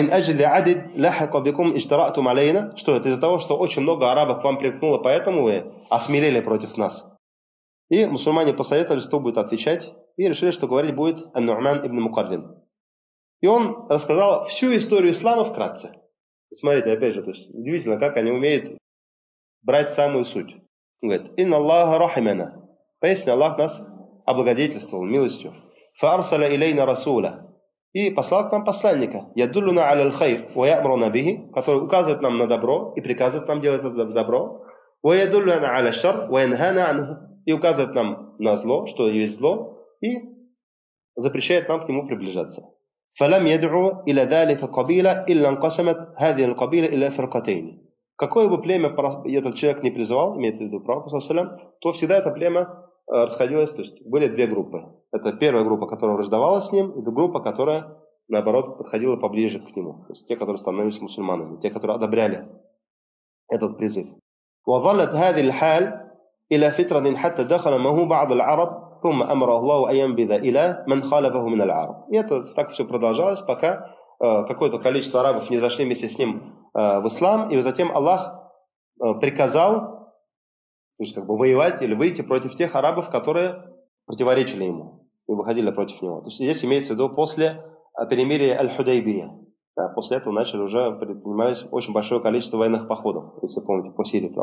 это из-за того, что очень много арабов к вам примкнуло, поэтому вы осмелели против нас. И мусульмане посоветовали, что будет отвечать, и решили, что говорить будет ан-Ну'ман ибн Мукаррин. И он рассказал всю историю ислама вкратце. Смотрите, опять же, то есть удивительно, как они умеют брать самую суть. Он говорит: «Инна Аллаха рахимана». Поясни, Аллах нас облагодетельствовал милостью. «Фаарсаля илейна расуля». И послал к нам посланника, «Ядуллюна аля хайр, ва я'мруна бихи», который указывает нам на добро и приказывает нам делать это добро, «Ва ядуллюна аля шар, ва янхана анху», и указывает нам на зло, что есть зло, и запрещает нам к нему приближаться. «Фалам яд'у иля далика кабила, илля анкасамат хади аль-кабила иля фиркатейни». Какое бы племя этот человек не призывал, имеется в виду пророк, то всегда это племя расходилось, то есть были две группы. Это первая группа, которая раздавалась с ним, и группа, которая, наоборот, подходила поближе к нему. То есть те, которые становились мусульманами, те, которые одобряли этот призыв. وظلت هذه الحال إلى فترة حتى دخل معه بعض العرب ثم أمره الله أن ينبذ إلى من خالفه من العرب. И это так все продолжалось, пока какое-то количество арабов не зашли вместе с ним в ислам, и затем Аллах приказал, то есть как бы воевать или выйти против тех арабов, которые противоречили ему и выходили против него. То есть здесь имеется в виду после перемирия Аль-Худайбия. Да, после этого начали уже предпринимались очень большое количество военных походов, если помните, по Сирии.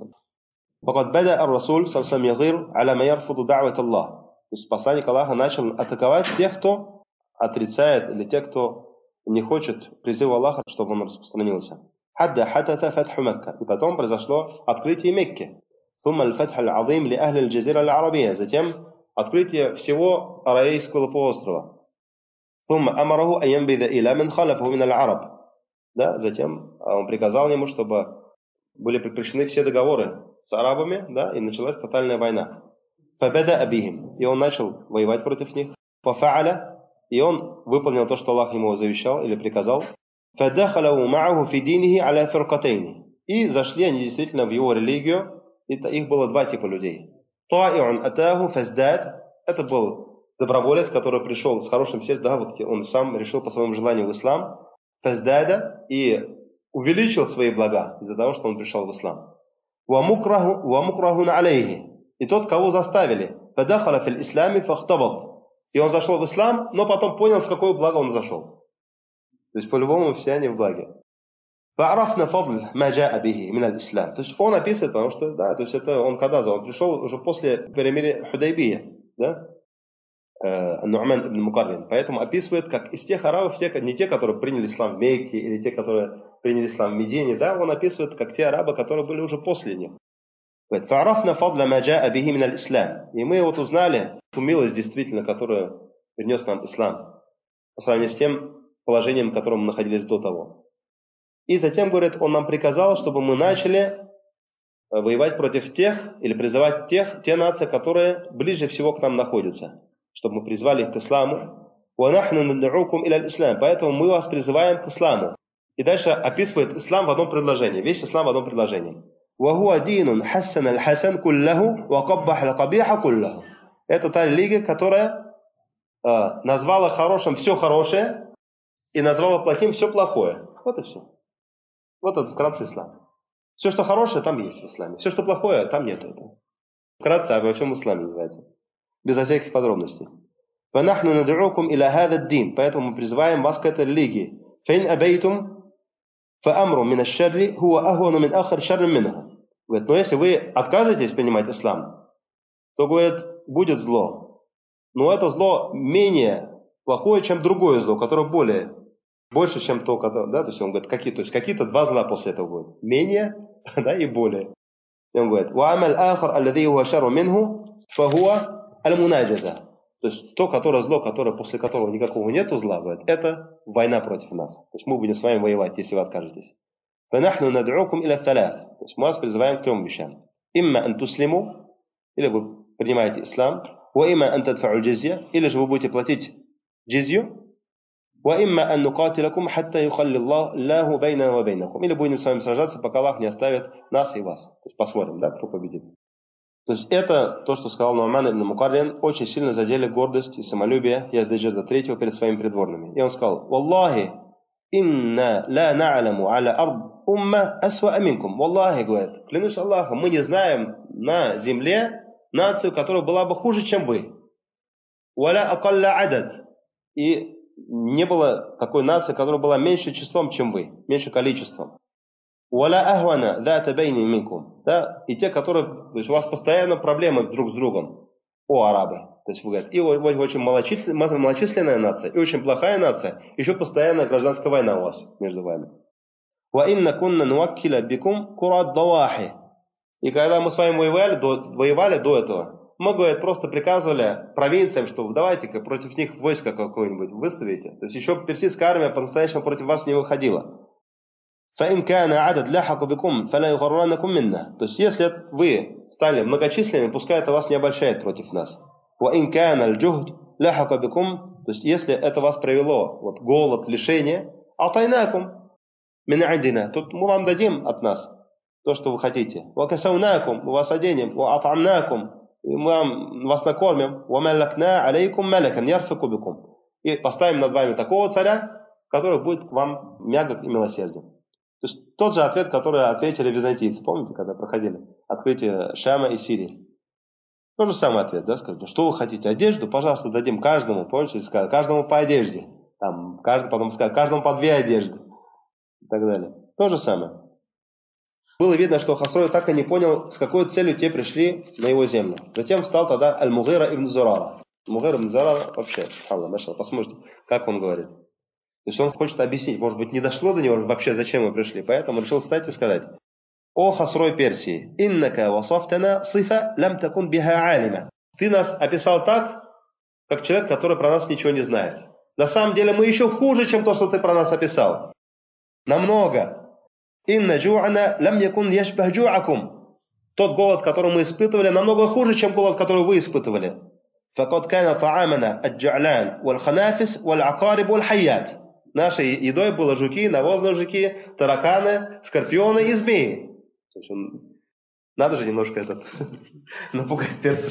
فقد بدأ الرسول صلى الله عليه وسلم يغير على ما يرفض دعوة الله. То есть посланник Аллаха начал атаковать тех, кто отрицает, или тех, кто не хочет призыва Аллаха, чтобы он распространился. حتى حدث فتح مكة. И потом произошло открытие Мекки. ثم الفتح العظيم لأهل الجزيرة العربية. Затем открытие всего Аравийского полуострова. ثم أمره أن ينبذ إلى من خلفه من العرب. Да, затем он приказал ему, чтобы были прекращены все договоры с арабами, да, и началась тотальная война. فبدأ بهم. И он начал воевать против них. وفعل. И он выполнил то, что Аллах ему завещал или приказал. فدخلوا معه في دينه على فرقتين. И зашли они действительно в его религию. Их было два типа людей. طائع أتاه فازداد. Это был доброволец, который пришел с хорошим сердцем, да, вот он сам решил по своему желанию в ислам. فازداد. И увеличил свои блага из-за того, что он пришел в ислам. ومكره عليه. И тот, кого заставили. فدخل في الإسلام فاختبط. И он зашел в ислам, но потом понял, в какое благо он зашел. То есть по-любому все они в благе. فعرفنا فضل ما جاء به من الإسلام. То есть он описывает, потому что, да, то есть это он когда он пришел уже после перемирия Худайбия, да, Ну'ман ибн Мукаррин. Поэтому описывает, как из тех арабов, не те, которые приняли ислам в Мекке, или те, которые приняли ислам в Медине, да, он описывает, как те арабы, которые были уже после них. فعرفنا فضل ما جاء به من الإسلام. И мы вот узнали ту милость действительно, которую принес нам ислам, по сравнению с тем положением, в котором мы находились до того. И затем, говорит, он нам приказал, чтобы мы начали воевать против тех, или призывать те нации, которые ближе всего к нам находятся, чтобы мы призвали их к исламу. Поэтому мы вас призываем к исламу. И дальше описывает ислам в одном предложении, весь ислам в одном предложении. Это та религия, которая назвала хорошим все хорошее и назвала плохим все плохое. Вот и все. Вот это вкратце ислам. Все, что хорошее, там есть в исламе. Все, что плохое, там нету этого. Вкратце обо всем исламе называется. Безо всяких подробностей. Поэтому мы призываем вас к этой религии. Говорит, но если вы откажетесь принимать ислам, то, говорит, будет зло. Но это зло менее плохое, чем другое зло, которое больше, чем то, которое, да, то есть он говорит, какие-то два зла после этого будет. Менее, да, и более. И он говорит, то есть то, которое зло, после которого никакого нету зла, говорит, это война против нас. То есть мы будем с вами воевать, если вы откажетесь. То есть мы вас призываем к трем вещам. Или вы принимаете ислам, или же вы будете платить джизью, или будем с вами сражаться, пока Аллах не оставит нас и вас. То есть посмотрим, да, кто победит. То есть это то, что сказал Ну'ман ибн Мукаррин, очень сильно задели гордость и самолюбие Яздаджирда III перед своими придворными. И он сказал: «Валлахи, инна ла на'ламу аля ард умма асва минкум». Валлахи, говорит, клянусь Аллахом, мы не знаем на земле нацию, которая была бы хуже, чем вы. ولا أقل عدد. И не было такой нации, которая была меньше числом, чем вы, меньше количеством. ولا أهون ذات بين منكم. Да? И те, которые, то есть у вас постоянно проблемы друг с другом. О, арабы. То есть вы говорите, и очень малочисленная нация, и очень плохая нация, еще постоянная гражданская война у вас между вами. وَإِنَّ كُنَّ نُوَكِّلَ بِكُمْ كُرَى الضَّوَاحِ. И когда мы с вами воевали до этого, мы, говорит, просто приказывали провинциям, что давайте-ка против них войско какое-нибудь выставите. То есть еще персидская армия по-настоящему против вас не выходила. فَإِنْ كَانَ عَدَدْ لَحَقُ بِكُمْ فَلَا يُغَرَّنَكُمْ مِنَّا. То есть если вы стали многочисленными, пускай это вас не обольщает против нас. وَإِنْ كَانَ الْجُهْدْ لَحَقَ بِكُمْ. То есть если это вас привело, вот голод, лишение, أَعْطَيْنَاكُمْ مِنْ عِنْدِنَا. Тут мы вам дадим от нас то, что вы хотите. وَكَسَوْنَاكُمْ. Мы вас оденем. وَأَطْعَمْنَاكُمْ. Мы вас накормим. وَمَلَّكْنَا عَلَيْكُمْ مَلَكًا يَرْفِقُ بِكُمْ. И поставим над вами такого царя, который будет к вам мягок и милосерден. То есть тот же ответ, который ответили византийцы. Помните, когда проходили открытие Шама и Сирии? Тот же самый ответ, да, скажут, ну что вы хотите, одежду, пожалуйста, дадим каждому, помните, сказали, каждому по одежде, там, потом сказали, каждому по 2 одежды и так далее. То же самое. Было видно, что Хасрой так и не понял, с какой целью те пришли на его землю. Затем встал тогда Аль-Мугира ибн Зурара. Мугира ибн Зурара вообще, посмотрите, как он говорит. То есть он хочет объяснить, может быть, не дошло до него вообще, зачем мы пришли, поэтому решил встать и сказать: «О Хасрой Персии, иннака васафтана сифа лям такун биха алима». Ты нас описал так, как человек, который про нас ничего не знает. На самом деле мы еще хуже, чем то, что ты про нас описал. Намного. Инна джу'ана лям якун яшбах джу'акум. Тот голод, который мы испытывали, намного хуже, чем голод, который вы испытывали. Факад кана та'амана ад-джу'лян валь-ханафис валь-акариб валь-хайят. Нашей едой были жуки, навозные жуки, тараканы, скорпионы и змеи. То есть надо же немножко напугать персов.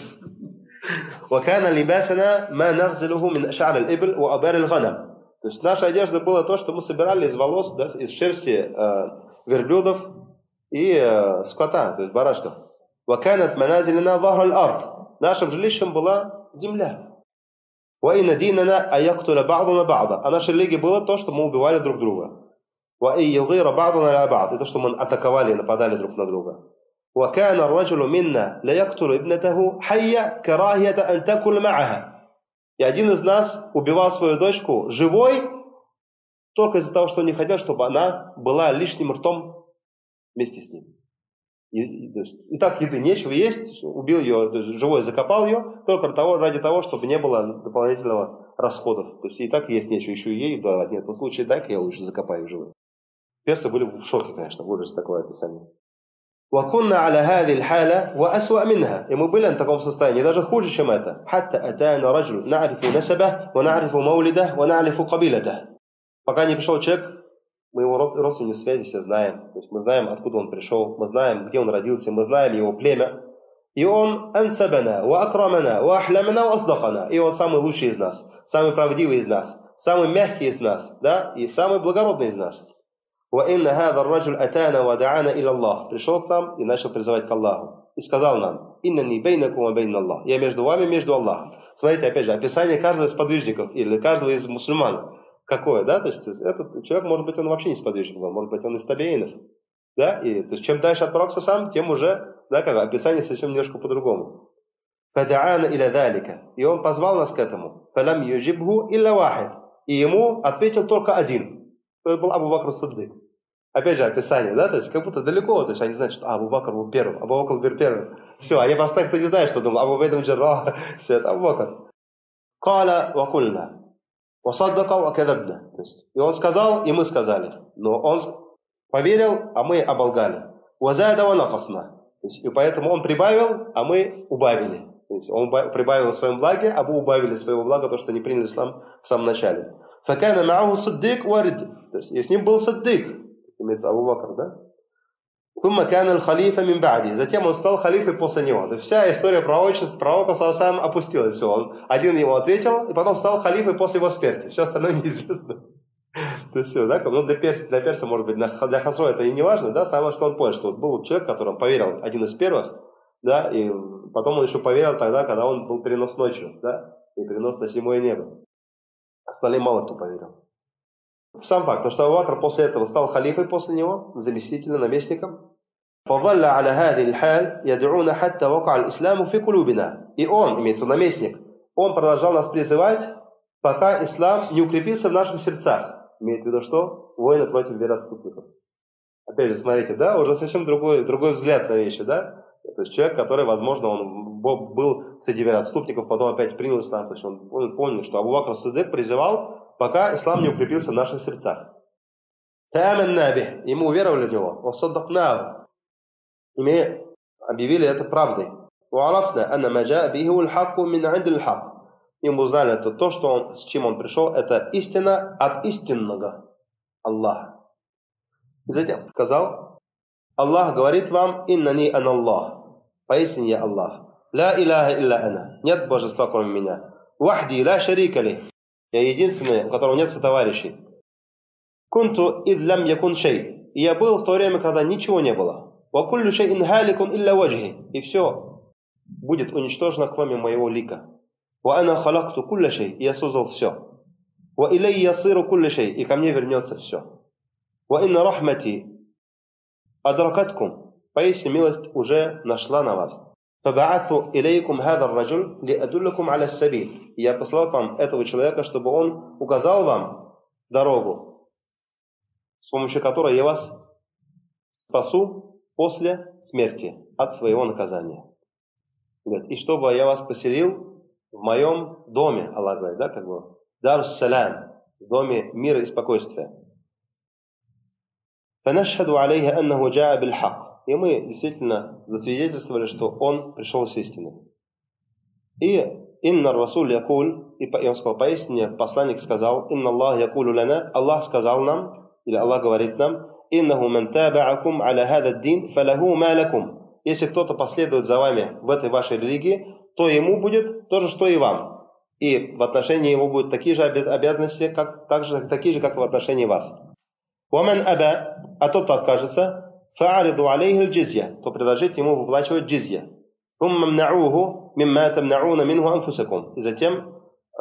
وَكَانَ لِبَاسَنَا مَا نَغْزِلُهُ مِنْ أَشْعَرِ الْإِبْلِ وَأَبَارِ الْغَنَمِ. То есть наша одежда была то, что мы собирали из волос, да, из шерсти верблюдов и скота, то есть барашков. وَكَانَتْ مَنَازِلِنَا ظَهْرَ الْأَرْضِ. Нашим жилищем была земля. وَإِنَّ دِينَنَا أَيَقْتُلَ بَعْضُنَا بَعْضًا. А нашей религией было то, что мы убивали друг друга. وَإِنْ يَغِيرَ بَعْضُنَا لَا بَعْضٍ. И то, что мы атаковали и нападали друг на друга. وَكَانَ الرَّجُلُ مِنَّا لَيَقْتُلُ ابْنَتَهُ حَيَّ كَرَاهِيَةَ أَنْ تَأْكُلَ مَعَهَا. И один из нас убивал свою дочку живой только из-за того, что он не хотел, чтобы она была лишним ртом вместе с ним. И так еды нечего есть, убил ее, то есть живой закопал ее, только ради того, чтобы не было дополнительного расходов. То есть и так есть нечего, еще и ей давать. Нет, в этом случае дай-ка я лучше закопаю живой. Персы были в шоке, конечно, выразить такое описание. وَكُنَّا عَلَى هَذِهِ الْحَالَةِ وَأَسْوَأَ مِنْهَا. И мы были на таком состоянии, даже хуже, чем это. حَتَّى أَتَانَا رَجُلٌ نَعْرِفُ نَسَبَهُ وَنَعْرِفُ مَوْلِدَهُ وَنَعْرِفُ قَبِيلَتَهُ. Пока не пришел человек, мы его родственные связи все знаем. То есть мы знаем, откуда он пришел, мы знаем, где он родился, мы знаем его племя. И он أَنْسَبَنَا وَأَكْرَمَنَا وَأَحْلَمَنَا وَأَصْدَقَنَا. И он самый лучший из нас, самый правдивый из нас, самый мягкий из нас, да, и самый благородный из нас. وَإِنَّ هَذَا الرَّجُلْ أَتَانَا وَدَعَانَا إِلَى اللَّهِ. Пришел к нам и начал призывать к Аллаху. И сказал нам: «Иннани бейнакум ва бейна Аллах». Я между вами, между Аллахом. Смотрите, опять же, описание каждого из подвижников или каждого из мусульман. Какое, да? То есть этот человек, может быть, он вообще не сподвижник был, может быть, он из табеинов. Да? И, то есть чем дальше от пророка сам, тем уже, да, как описание совсем немножко по-другому. فَدَعَانَا إِلَى ذَلِكَ. И он позвал нас к этому. فَلَمْ يُجِبْهُ إِلَّا وَاحِدٌ. И ему ответил только один. Это был Абу Бакр Сиддик. Опять же, описание, да, то есть как будто далеко, то есть они знают, что Абу Бакр был первым, Абу Бакр был первым. Все, они просто так-то не знают, что думал, Абу Бейдам Джаррах, все, это Абу Бакр. «Каля ва кульна, ва саддака ва кадабна». И он сказал, и мы сказали. Но он поверил, а мы оболгали. «Ва зада ва накасна». И поэтому он прибавил, а мы убавили. То есть он прибавил в своем благе, а мы убавили своего блага, то, что не приняли ислам в самом начале. «Факана мааху саддик варид». То есть и с ним был саддик. Имеется Абу Бакр, да? Затем он стал халифой после него. То есть вся история пророчества, пророка сам опустилась. Все, он один ему ответил, и потом стал халифой после его смерти. Все остальное неизвестно. То есть все, да? Ну, для перса, может быть, для Хасро это и не важно, да? Самое, что он понял, что вот был человек, которому поверил, один из первых, да, и потом он еще поверил тогда, когда он был перенос ночью, да? и перенос на 7-е небо. Остальным мало кто поверил. Сам факт, то, что Абу Бакр после этого стал халифой после него, заместителем, наместником. فَظَلَّ عَلَى هَذِهِ الْحَالِ يَدْعُونَ حَتَّى وَقَعَ الْإِسْلَامُ فِي قُلُوبِنَا. И он, имеется в виду наместник, он продолжал нас призывать, пока ислам не укрепился в наших сердцах. Имеется в виду что? Войны против вероотступников. Опять же, смотрите, да, уже совсем другой взгляд на вещи, да? То есть человек, который, возможно, он был среди вероотступников, потом опять принял ислам. То есть он понял, что Абу Бакр Сиддик призывал, пока ислам не укрепился в наших сердцах. И мы уверовали в него. И мы объявили это правдой. И мы узнали, это то, что с чем он пришел, это истина от истинного Аллаха. И затем сказал: Аллах говорит вам: «Иннани ана Аллах». Поистине я Аллах. «Ла илляха илля ана». Нет божества, кроме меня. «Вахди ла шарика ли». Я единственный, у которого нет сотоварищей. «Кунту ид лям якун шей». И я был в то время, когда ничего не было. «Ва куллю шейин халикун илля ваджхи». И все будет уничтожено, кроме моего лика. «Ва ана халакту кулля шей». И я создал все. «Ва илей ясиру кулля шей». И ко мне вернется все. «Ва инна рахмати адракаткум». Поистине милость уже нашла на вас. «Фабаату илейкум хадар раджуль ли адуллакум аля сабиль». И я послал к вам этого человека, чтобы он указал вам дорогу, с помощью которой я вас спасу после смерти от своего наказания. И чтобы я вас поселил в моем доме, Аллах говорит, да, как бы, Дарус-Салям, в доме мира и спокойствия. «Фанашхаду алейха аннаху джаа биль-хак». И мы действительно засвидетельствовали, что он пришел с истиной. И «Инна расуль якуль», и он сказал, поистине посланник сказал: «Инна Аллах якулю лана», Аллах сказал нам, или Аллах говорит нам: «Иннаху ман таба'акум аля хада дин фалаху ма лакум». Если кто-то последует за вами в этой вашей религии, то ему будет то же, что и вам. И в отношении его будут такие же обязанности, такие же, как и в отношении вас. «Ваман аба», а тот, кто откажется, «фа'ариду алейхи аль-джизья», то предложите ему выплачивать джизья. «Сумма мнa'уху мимма тамнa'уна минху анфусакум». И затем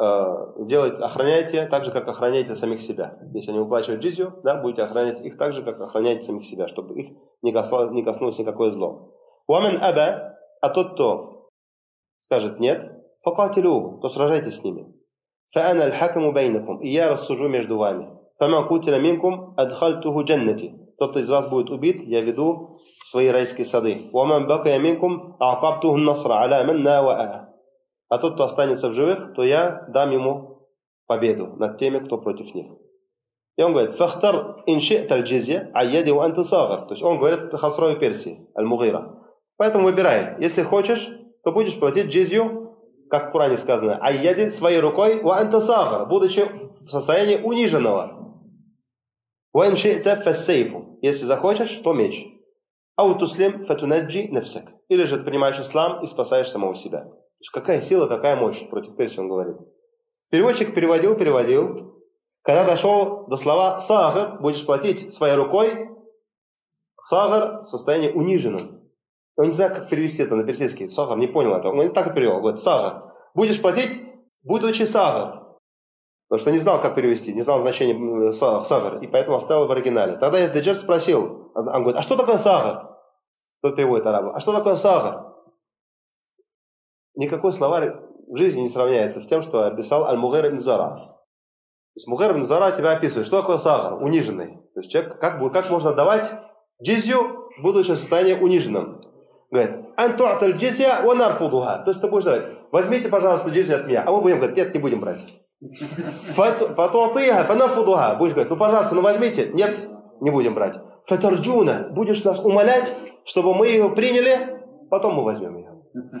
охраняйте так же, как охраняете самих себя. Если они выплачивают джизью, да, будете охранять их так же, как охраняете самих себя, чтобы их не коснулось никакое зло. «Ваман аба», а тот, кто скажет нет, «факатилуху», то сражайтесь с ними. «Фа'ана аль-хакаму байнакум», и я рассужу между вами. «Фама кутила минкум адхальтуху джаннати». Тот, кто из вас будет убит, я веду в свои райские сады. «Ваман бакая минкум а'кабтуху насра аля ман нава'a». А тот, кто останется в живых, то я дам ему победу над теми, кто против них. И он говорит: «Фахтар инши'т аль-джизья айяди ва анта сагар». То есть он говорит Хасрою Персии, Аль-Мугира. Поэтому выбирай. Если хочешь, то будешь платить джизью, как в Коране сказано, айяди, своей рукой, ва анта сагар, будучи в состоянии униженного. «Ва инши'та фассейфу». Если захочешь, то меч. «Ау туслим фатунаджи нафсак». Или же ты принимаешь ислам и спасаешь самого себя. То есть какая сила, какая мощь против Персии, он говорит. Переводчик переводил. Когда дошел до слова «сагар», будешь платить своей рукой, «сагар» в состоянии униженном. Он не знает, как перевести это на персидский. «Сагар» не понял этого. Он так и перевел. Говорит: «Сагар». Будешь платить, будучи сагар. Потому что не знал, как перевести, не знал значения сагар, и поэтому оставил в оригинале. Тогда Яздеджер спросил, он говорит: «А что такое сагар?» Тот переводит арабу: «А что такое сагар?» Никакой словарь в жизни не сравняется с тем, что описал Аль-Мугир ибн Зара. То есть Мугир ибн Зара тебя описывает, что такое сагар, униженный. То есть человек, как можно давать джизью, будучи в состоянии униженном. Говорит: «Анту'аталь джизья ва нарфудуха». То есть ты будешь давать: «Возьмите, пожалуйста, джизью от меня». А мы будем говорить: «Нет, не будем брать». «Фату'атиха фанафудуха». Будешь говорить: «Ну, пожалуйста, возьмите». «Нет, не будем брать». «Фатарджуна». Будешь нас умолять, чтобы мы ее приняли, потом мы возьмем ее.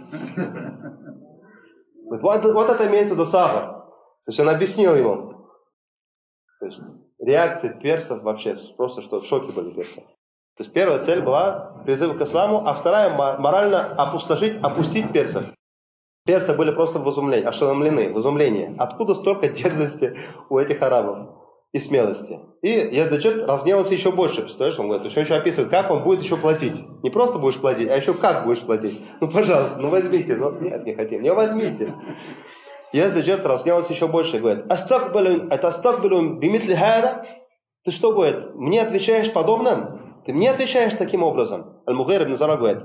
Вот это имеется в виду сагар. То есть он объяснил ему. То есть реакция персов вообще просто что в шоке были персы. То есть первая цель была призыв к исламу, а вторая морально опустить персов. Персы были просто в изумлении, ошеломлены, в изумлении. Откуда столько дерзости у этих арабов и смелости? И Яздеджер разгневался еще больше, представляешь? Он говорит, то есть он еще описывает, как он будет еще платить. Не просто будешь платить, а еще как будешь платить. Ну, пожалуйста, ну возьмите. Ну, нет, не хотим. Не возьмите. Ездаджерт разгневался еще больше и говорит: «Астакбилун бимитли хада?» Ты что, говорит, мне отвечаешь подобным? Ты мне отвечаешь таким образом? Аль-Мугайр ибн Зара говорит: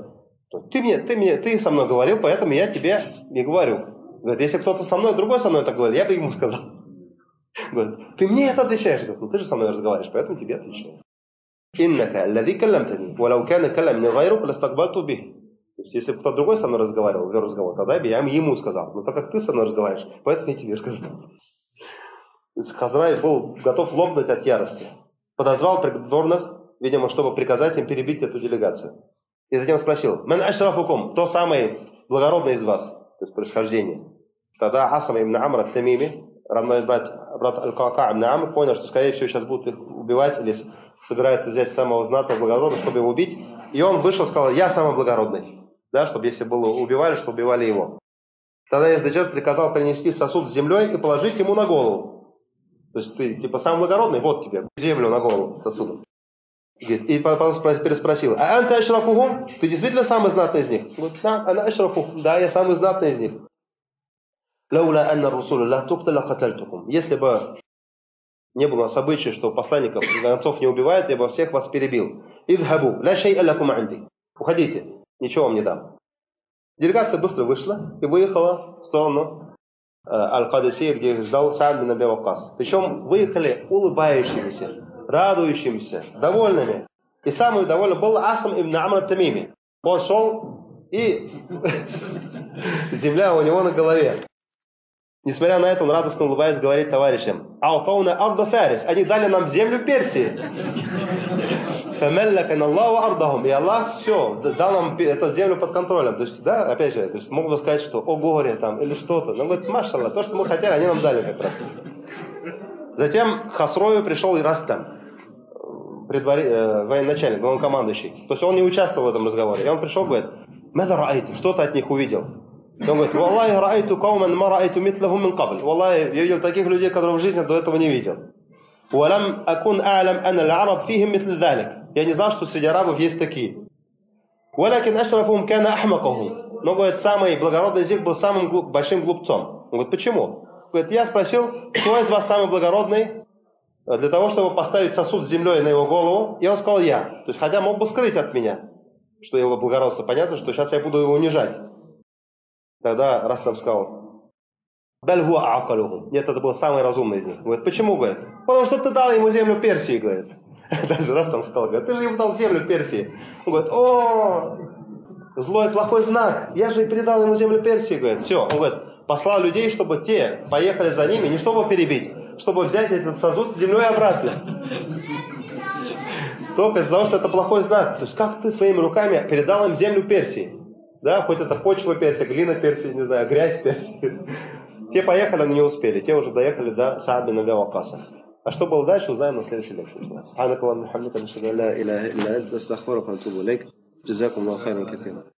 ты со мной говорил, поэтому я тебе не говорю. Говорит, если кто-то со мной, другой со мной так говорит, я бы ему сказал. Говорит, ты мне это отвечаешь? Говорит, ну ты же со мной разговариваешь, поэтому тебе отвечаю. «Иннака аллади калламтани, валау кана калламни гайрук ластакбалту бих». То есть, если бы кто-то другой со мной разговаривал, вел разговор, тогда бы я ему сказал. Но так как ты со мной разговариваешь, поэтому я тебе сказал. Хазрай был готов лопнуть от ярости. Подозвал придворных, видимо, чтобы приказать им перебить эту делегацию. И затем спросил: «Ман ашрафукум?» Кто самый благородный из вас? То есть происхождение. Тогда Асам ибн Амр ат-Тамими, родной брат Аль-Кака ибн Амр, понял, что скорее всего сейчас будут их убивать или собираются взять самого знатного благородного, чтобы его убить. И он вышел и сказал: «Я самый благородный». Да, чтобы если было убивали, что убивали его. Тогда Ездаджерт приказал принести сосуд с землей и положить ему на голову. То есть ты типа самый благородный, вот тебе землю на голову с сосудом. И переспросил: «А анта ашрафухум?» Ты действительно самый знатный из них? Говорит: «Да, ана ашрафухум». Да, я самый знатный из них. «Лаула анна расулуллах тукталя катальтукум». Если бы не было нас обычая, что посланников и гонцов не убивают, я бы всех вас перебил. «Идхабу, ла шей аллакум анди». Уходите, ничего вам не дам. Делегация быстро вышла и выехала в сторону Аль-Кадисия, где их ждал Саад бин Аби Ваккас. Причем выехали улыбающимися, радующимися, довольными. И самый довольный был Асам ибн Амр ат-Тамими. Он шел, и земля у него на голове. Несмотря на это, он радостно улыбаясь говорит товарищам: «Аутауна арда Фарис». Они дали нам землю Персии. «Фамаллакана Аллаху ардахум». И Аллах все, дал нам эту землю под контролем. То есть, да, опять же, то есть могут сказать, что «о горе» там или что-то. Но говорит: «Машалла, то, что мы хотели, они нам дали как раз». Затем к Хасрою пришел и Растам, военачальник, главнокомандующий. То есть он не участвовал в этом разговоре. И он пришел и говорит: «Мада раайти», что ты от них увидел? И он говорит: «Валлахи раайту кауман ма раайту митлахум мин кабл». Валлахи, я видел таких людей, которых в жизни до этого не видел. «Валам акун а'лам анна аль-араб фихим митл залик». Я не знал, что среди арабов есть такие. «Валакин ашрафухум кана ахмакахум». Но, говорит, самый благородный из них был самым большим глупцом. Он говорит: «Почему?» Говорит: «Я спросил, кто из вас самый благородный, для того, чтобы поставить сосуд с землей на его голову, и он сказал: я». То есть, хотя мог бы скрыть от меня, что его благородство. Понятно, что сейчас я буду его унижать. Тогда Растам сказал: «Баль хуа а'акалухум». Нет, это был самый разумный из них. Говорит: «Почему?» Говорит: «Потому что ты дал ему землю Персии». Говорит. Даже Растам сказал: говорит: «Ты же ему дал землю Персии». Он говорит: «О, злой, плохой знак. Я же передал ему землю Персии». Говорит: «Все». Он говорит: послал людей, чтобы те поехали за ними, не чтобы перебить, чтобы взять этот сосуд с землей обратно. Только из-за того, что это плохой знак. То есть, как ты своими руками передал им землю Персии? Да, хоть это почва Персии, глина Персии, не знаю, грязь Персии. Те поехали, но не успели. Те уже доехали до Саад бин Аби Ваккаса. А что было дальше, узнаем на следующей лекции. Субханака ва бихамдика, ашхаду ан ла иляха илля анта, астагфирука ва атубу илейк. Джазакумуллаху хайран катира.